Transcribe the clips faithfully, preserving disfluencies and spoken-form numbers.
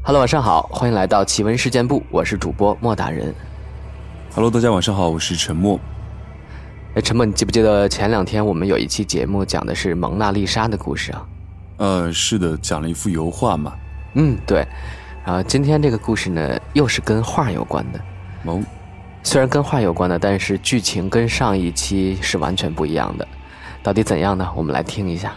Hello， 晚上好，欢迎来到奇闻事件部，我是主播莫大人。 Hello， 大家晚上好，我是陈默。 哎，陈默，你记不记得前两天我们有一期节目讲的是蒙娜丽莎的故事啊？ 呃，是的，讲了一幅油画嘛。 嗯，对。然后今天这个故事呢，又是跟画有关的。 哦， 虽然跟画有关的，但是剧情跟上一期是完全不一样的。到底怎样呢？我们来听一下。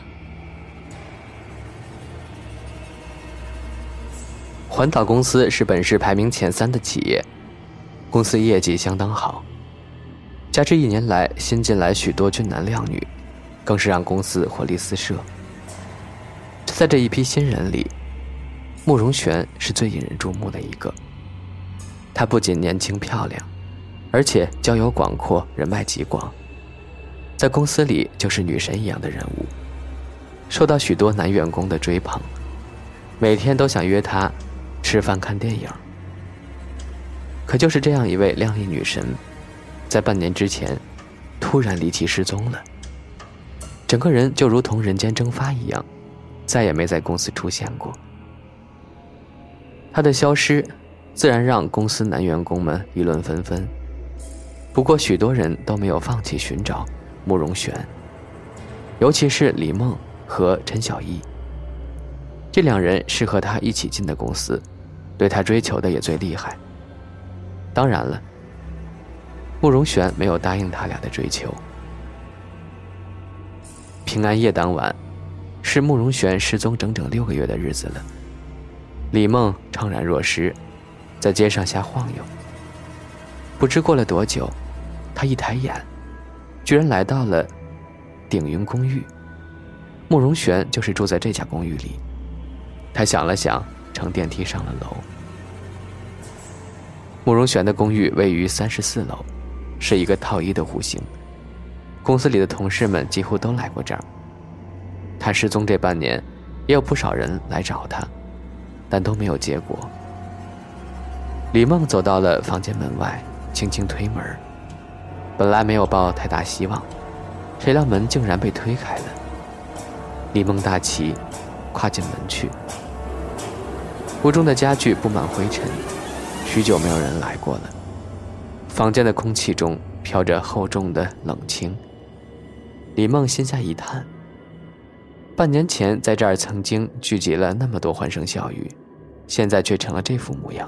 环岛公司是本市排名前三的企业，公司业绩相当好，加之一年来新进来许多俊男靓女，更是让公司活力四射。在这一批新人里，慕容璇是最引人注目的一个。她不仅年轻漂亮，而且交友广阔，人脉极广，在公司里就是女神一样的人物，受到许多男员工的追捧，每天都想约她吃饭看电影。可就是这样一位靓丽女神，在半年之前突然离奇失踪了，整个人就如同人间蒸发一样，再也没在公司出现过。她的消失自然让公司男员工们议论纷纷，不过许多人都没有放弃寻找慕容璇，尤其是李梦和陈小艺，这两人是和他一起进的公司，对他追求的也最厉害。当然了，慕容璇没有答应他俩的追求。平安夜当晚，是慕容璇失踪整整六个月的日子了。李梦怅然若失，在街上瞎晃悠。不知过了多久，他一抬眼，居然来到了鼎云公寓。慕容璇就是住在这家公寓里。他想了想，乘电梯上了楼。慕容璇的公寓位于三十四楼，是一个套一的户型。公司里的同事们几乎都来过这儿。他失踪这半年，也有不少人来找他，但都没有结果。李梦走到了房间门外，轻轻推门。本来没有抱太大希望，谁料门竟然被推开了。李梦大奇，跨进门去。屋中的家具布满灰尘，许久没有人来过了。房间的空气中飘着厚重的冷清。李梦心下一叹，半年前在这儿曾经聚集了那么多欢声笑语，现在却成了这副模样。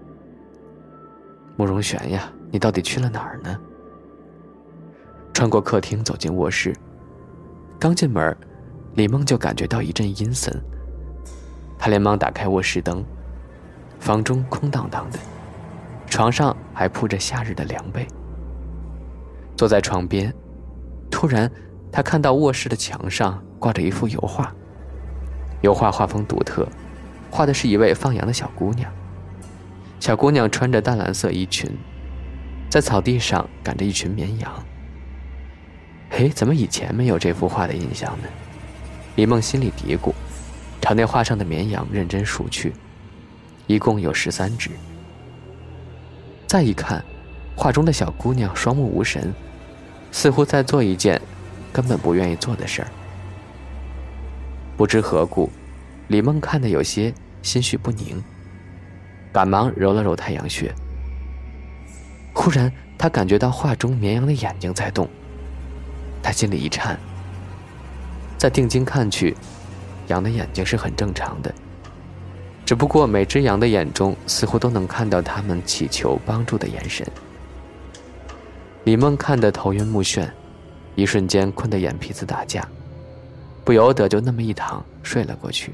慕容璇呀，你到底去了哪儿呢？穿过客厅走进卧室，刚进门，李梦就感觉到一阵阴森。她连忙打开卧室灯，房中空荡荡的，床上还铺着夏日的凉被。坐在床边，突然她看到卧室的墙上挂着一幅油画。油画画风独特，画的是一位放羊的小姑娘。小姑娘穿着淡蓝色衣裙，在草地上赶着一群绵羊。嘿，怎么以前没有这幅画的印象呢？李梦心里嘀咕，朝那画上的绵羊认真数去，一共有十三只。再一看，画中的小姑娘双目无神，似乎在做一件根本不愿意做的事儿。不知何故，李梦看得有些心绪不宁，赶忙揉了揉太阳穴。忽然她感觉到画中绵羊的眼睛在动，她心里一颤。再定睛看去，羊的眼睛是很正常的，只不过每只羊的眼中似乎都能看到它们祈求帮助的眼神。李梦看得头晕目眩，一瞬间困得眼皮子打架，不由得就那么一躺睡了过去。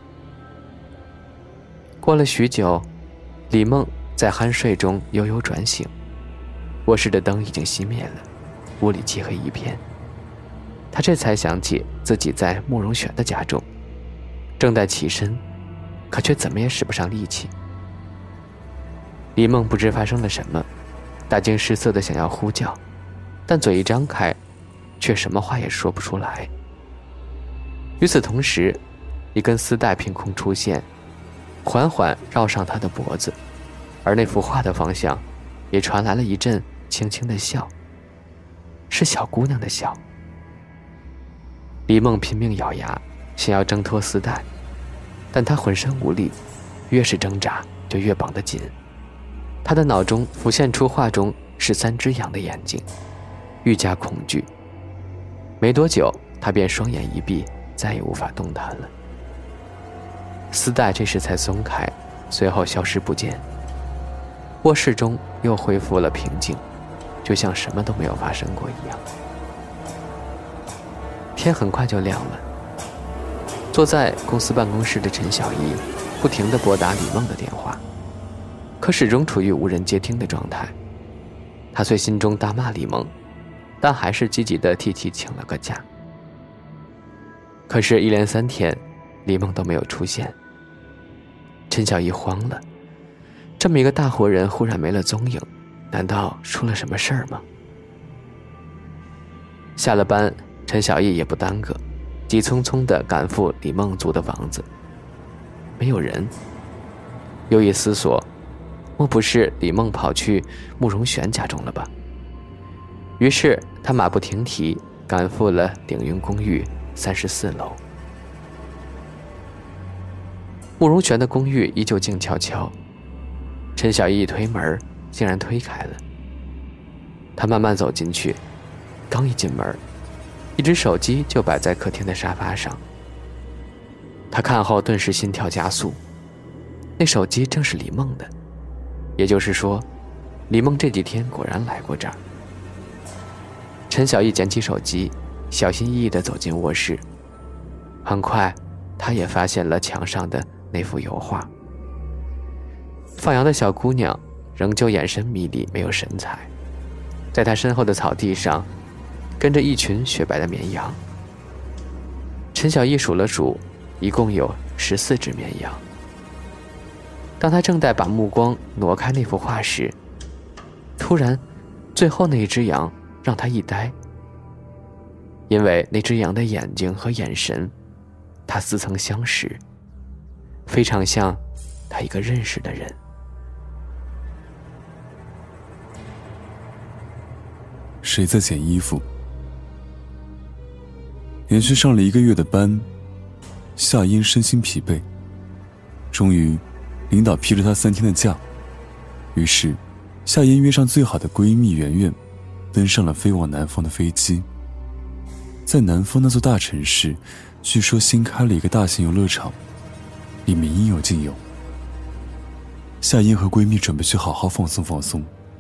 过了许久，李梦在酣睡中悠悠转醒，卧室的灯已经熄灭了，屋里漆黑一片。他这才想起自己在慕容璇的家中，正待起身，可却怎么也使不上力气。李梦不知发生了什么，大惊失色地想要呼叫，但嘴一张开，却什么话也说不出来。与此同时，一根丝带凭空出现，缓缓绕上他的脖子，而那幅画的方向也传来了一阵轻轻的笑，是小姑娘的笑。李梦拼命咬牙，想要挣脱丝带，但她浑身无力， 越是挣扎就越绑得紧。他的脑中浮现出画中十三只羊的眼睛，愈加恐惧。没多久，他便双眼一闭，再也无法动弹了。丝带这时才松开，随后消失不见。卧室中又恢复了平静，就像什么都没有发生过一样。天很快就亮了。坐在公司办公室的陈小艺不停地拨打李梦的电话，可始终处于无人接听的状态。他虽心中大骂李梦，但还是积极地替其请了个假。可是，一连三天，李梦都没有出现。陈小艺慌了，这么一个大活人忽然没了踪影，难道出了什么事儿吗？下了班，陈小艺也不耽搁，急匆匆地赶赴李梦租的房子。没有人。又一思索，莫不是李梦跑去慕容玄家中了吧？于是他马不停蹄赶赴了鼎云公寓三十四楼。慕容玄的公寓依旧静悄悄，陈小艺一推门，竟然推开了。他慢慢走进去，刚一进门，一只手机就摆在客厅的沙发上。他看后顿时心跳加速，那手机正是李梦的，也就是说，李梦这几天果然来过这儿。陈小艺捡起手机，小心翼翼地走进卧室。很快，他也发现了墙上的那幅油画。放羊的小姑娘仍旧眼神迷离，没有神采。在她身后的草地上，跟着一群雪白的绵羊。陈小艺数了数，一共有十四只绵羊。当他正在把目光挪开那幅画时，突然，最后那一只羊让他一呆。因为那只羊的眼睛和眼神，他似曾相识，非常像他一个认识的人。 谁在捡衣服？连续上了一个月的班，夏英身心疲惫，终于领导批了她三天的假。于是夏英约上最好的闺蜜圆圆，登上了飞往南方的飞机。在南方那座大城市，据说新开了一个大型游乐场，里面应有尽有。夏英和闺蜜准备去好好放松放松。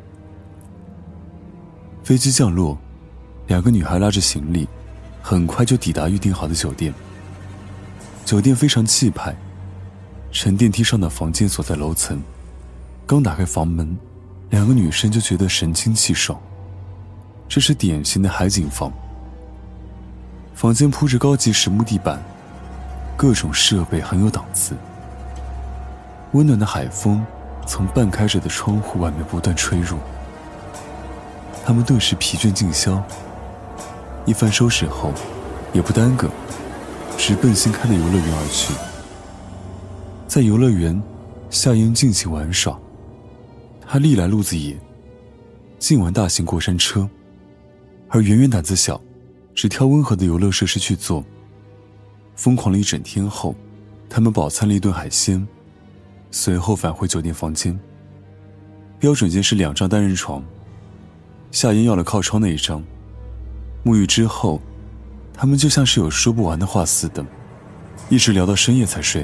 飞机降落，两个女孩拉着行李，很快就抵达预订好的酒店。酒店非常气派，乘电梯上的房间所在楼层。刚打开房门，两个女生就觉得神清气爽。这是典型的海景房。房间铺着高级实木地板，各种设备很有档次。温暖的海风从半开着的窗户外面不断吹入，他们顿时疲倦尽消。一番收拾后，也不耽搁，直奔新开的游乐园而去。在游乐园，夏英尽情玩耍，她历来路子野，尽玩大型过山车，而圆圆胆子小，只挑温和的游乐设施去做。疯狂了一整天后，他们饱餐了一顿海鲜，随后返回酒店房间。标准间是两张单人床，夏英要了靠窗那一张。沐浴之后，他们就像是有说不完的话似的，一直聊到深夜才睡。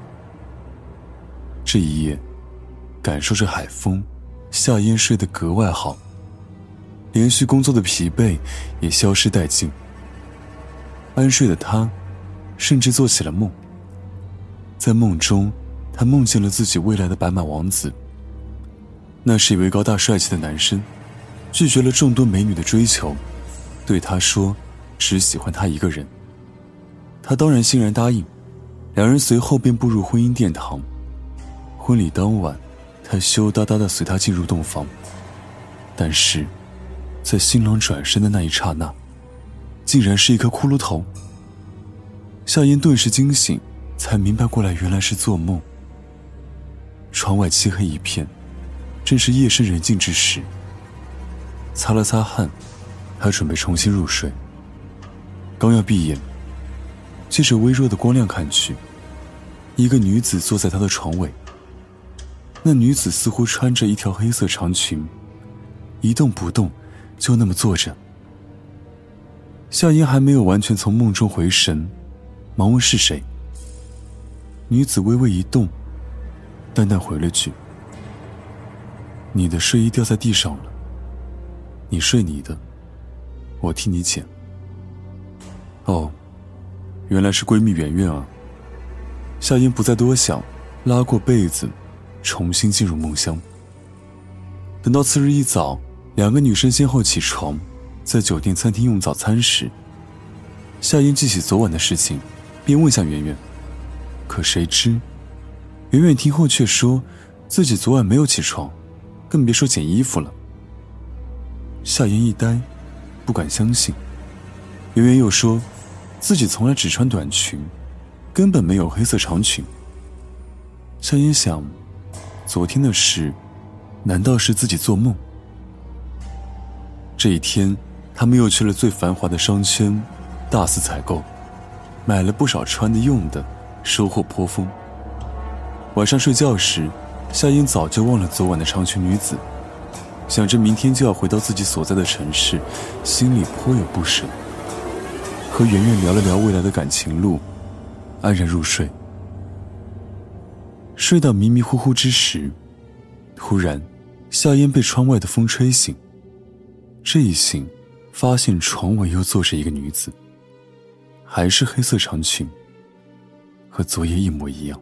这一夜，感受着海风，夏英睡得格外好，连续工作的疲惫也消失殆尽。安睡的她甚至做起了梦。在梦中，她梦见了自己未来的白马王子。那是一位高大帅气的男生，拒绝了众多美女的追求，对她说只喜欢她一个人。她当然欣然答应，两人随后便步入婚姻殿堂。婚礼当晚，她羞答答地随他进入洞房，但是在新郎转身的那一刹那，竟然是一颗骷髅头。夏英顿时惊醒，才明白过来原来是做梦。窗外漆黑一片，正是夜深人静之时。擦了擦汗，他准备重新入睡。刚要闭眼，借着微弱的光亮看去，一个女子坐在他的床尾， 那女子似乎穿着一条黑色长裙，一动不动，就那么坐着。夏嫣还没有完全从梦中回神，忙问是谁。女子微微一动，淡淡回了句：你的睡衣掉在地上了，你睡你的，我替你捡。哦，原来是闺蜜圆圆啊。夏嫣不再多想，拉过被子重新进入梦乡。等到次日一早，两个女生先后起床，在酒店餐厅用早餐时，夏嫣记起昨晚的事情，便问向圆圆。可谁知圆圆听后却说自己昨晚没有起床，更别说捡衣服了。夏嫣一呆，不敢相信。圆圆又说自己从来只穿短裙，根本没有黑色长裙。夏嫣想，昨天的事难道是自己做梦？这一天他们又去了最繁华的商圈，大肆采购，买了不少穿的用的，收获颇丰。晚上睡觉时，夏嫣早就忘了昨晚的长裙女子，想着明天就要回到自己所在的城市，心里颇有不舍。和圆圆聊了聊未来的感情路，安然入睡。睡到迷迷糊糊之时，突然夏嫣被窗外的风吹醒。这一醒，发现床尾又坐着一个女子，还是黑色长裙，和昨夜一模一样。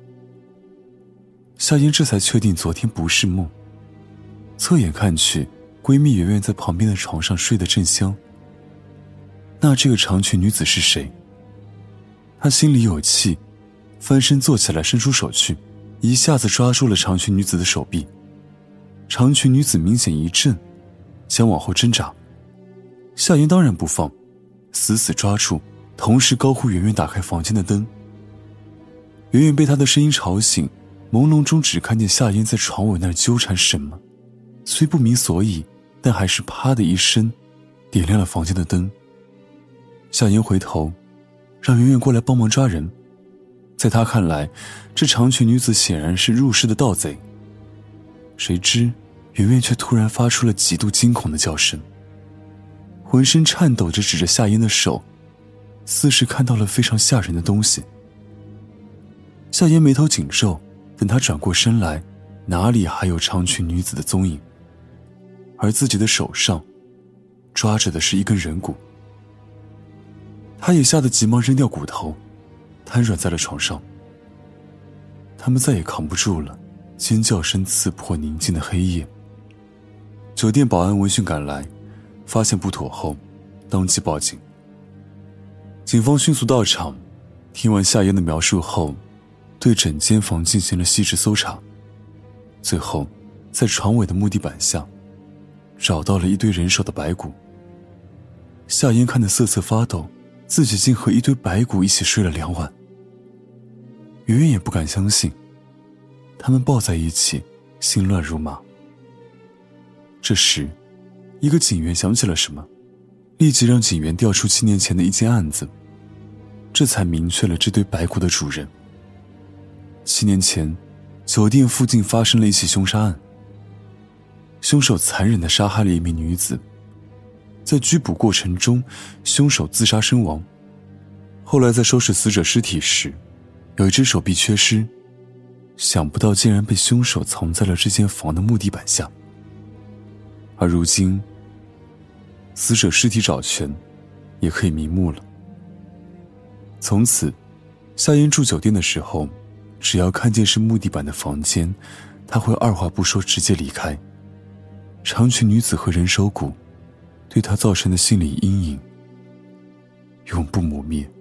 夏嫣这才确定昨天不是梦。侧眼看去，闺蜜圆圆在旁边的床上睡得正香。那这个长裙女子是谁？她心里有气，翻身坐起来，伸出手去，一下子抓住了长裙女子的手臂。长裙女子明显一震，想往后挣扎。夏嫣当然不放，死死抓住，同时高呼圆圆打开房间的灯。圆圆被她的声音吵醒，朦胧中只看见夏嫣在床尾那儿纠缠什么，虽不明所以，但还是啪的一声点亮了房间的灯。夏嫣回头让圆圆过来帮忙抓人。在她看来，这长裙女子显然是入室的盗贼。谁知圆圆却突然发出了极度惊恐的叫声，浑身颤抖着指着夏嫣的手，似是看到了非常吓人的东西。夏嫣眉头紧皱，等她转过身来，哪里还有长裙女子的踪影，而自己的手上抓着的是一根人骨。她也吓得急忙扔掉骨头，瘫软在了床上。他们再也扛不住了，尖叫声刺破宁静的黑夜。酒店保安闻讯赶来，发现不妥后，当即报警。警方迅速到场，听完夏嫣的描述后，对整间房进行了细致搜查。最后，在床尾的木地板下，找到了一堆人手的白骨。夏嫣看得瑟瑟发抖，自己竟和一堆白骨一起睡了两晚。圆圆也不敢相信，他们抱在一起，心乱如麻。这时，一个警员想起了什么，立即让警员调出七年前的一件案子，这才明确了这堆白骨的主人。七年前，酒店附近发生了一起凶杀案，凶手残忍地杀害了一名女子，在拘捕过程中，凶手自杀身亡。后来在收拾死者尸体时，有一只手臂缺失，想不到竟然被凶手藏在了这间房的木地板下。而如今，死者尸体找全，也可以瞑目了。从此，夏嫣住酒店的时候，只要看见是木地板的房间，她会二话不说直接离开。长裙女子和人手骨对她造成的心理阴影永不磨灭。